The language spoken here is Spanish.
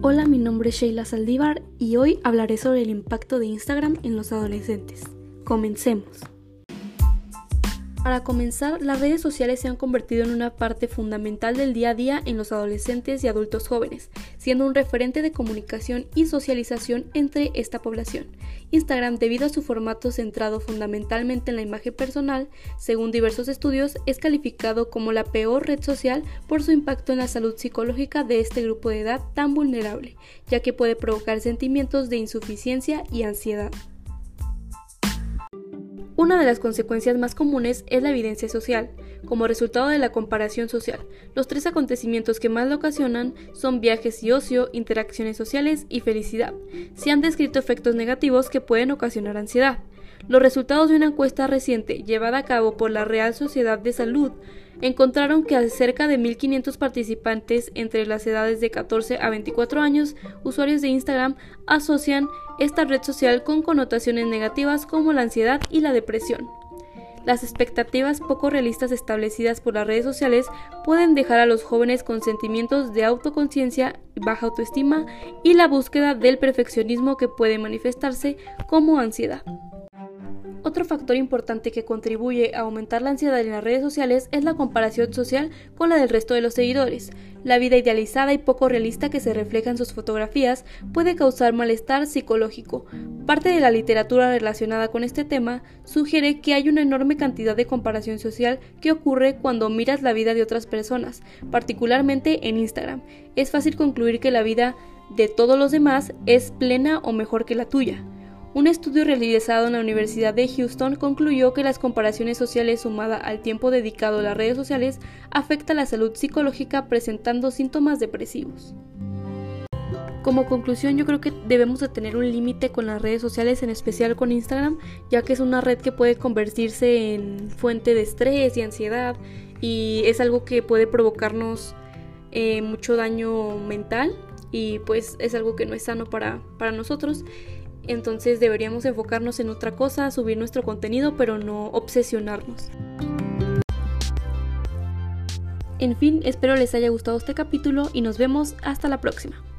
Hola, mi nombre es Sheila Saldívar y hoy hablaré sobre el impacto de Instagram en los adolescentes. Comencemos. Para comenzar, las redes sociales se han convertido en una parte fundamental del día a día en los adolescentes y adultos jóvenes, siendo un referente de comunicación y socialización entre esta población. Instagram, debido a su formato centrado fundamentalmente en la imagen personal, según diversos estudios, es calificado como la peor red social por su impacto en la salud psicológica de este grupo de edad tan vulnerable, ya que puede provocar sentimientos de insuficiencia y ansiedad. Una de las consecuencias más comunes es la evidencia social, como resultado de la comparación social. Los tres acontecimientos que más lo ocasionan son viajes y ocio, interacciones sociales y felicidad. Se han descrito efectos negativos que pueden ocasionar ansiedad. Los resultados de una encuesta reciente llevada a cabo por la Real Sociedad de Salud encontraron que a cerca de 1.500 participantes entre las edades de 14 a 24 años, usuarios de Instagram, asocian esta red social con connotaciones negativas como la ansiedad y la depresión. Las expectativas poco realistas establecidas por las redes sociales pueden dejar a los jóvenes con sentimientos de autoconciencia, baja autoestima y la búsqueda del perfeccionismo que puede manifestarse como ansiedad. Otro factor importante que contribuye a aumentar la ansiedad en las redes sociales es la comparación social con la del resto de los seguidores. La vida idealizada y poco realista que se refleja en sus fotografías puede causar malestar psicológico. Parte de la literatura relacionada con este tema sugiere que hay una enorme cantidad de comparación social que ocurre cuando miras la vida de otras personas, particularmente en Instagram. Es fácil concluir que la vida de todos los demás es plena o mejor que la tuya. Un estudio realizado en la Universidad de Houston concluyó que las comparaciones sociales sumada al tiempo dedicado a las redes sociales afecta la salud psicológica presentando síntomas depresivos. Como conclusión, yo creo que debemos de tener un límite con las redes sociales, en especial con Instagram, ya que es una red que puede convertirse en fuente de estrés y ansiedad y es algo que puede provocarnos mucho daño mental y pues es algo que no es sano para nosotros. Entonces deberíamos enfocarnos en otra cosa, subir nuestro contenido, pero no obsesionarnos. En fin, espero les haya gustado este capítulo y nos vemos hasta la próxima.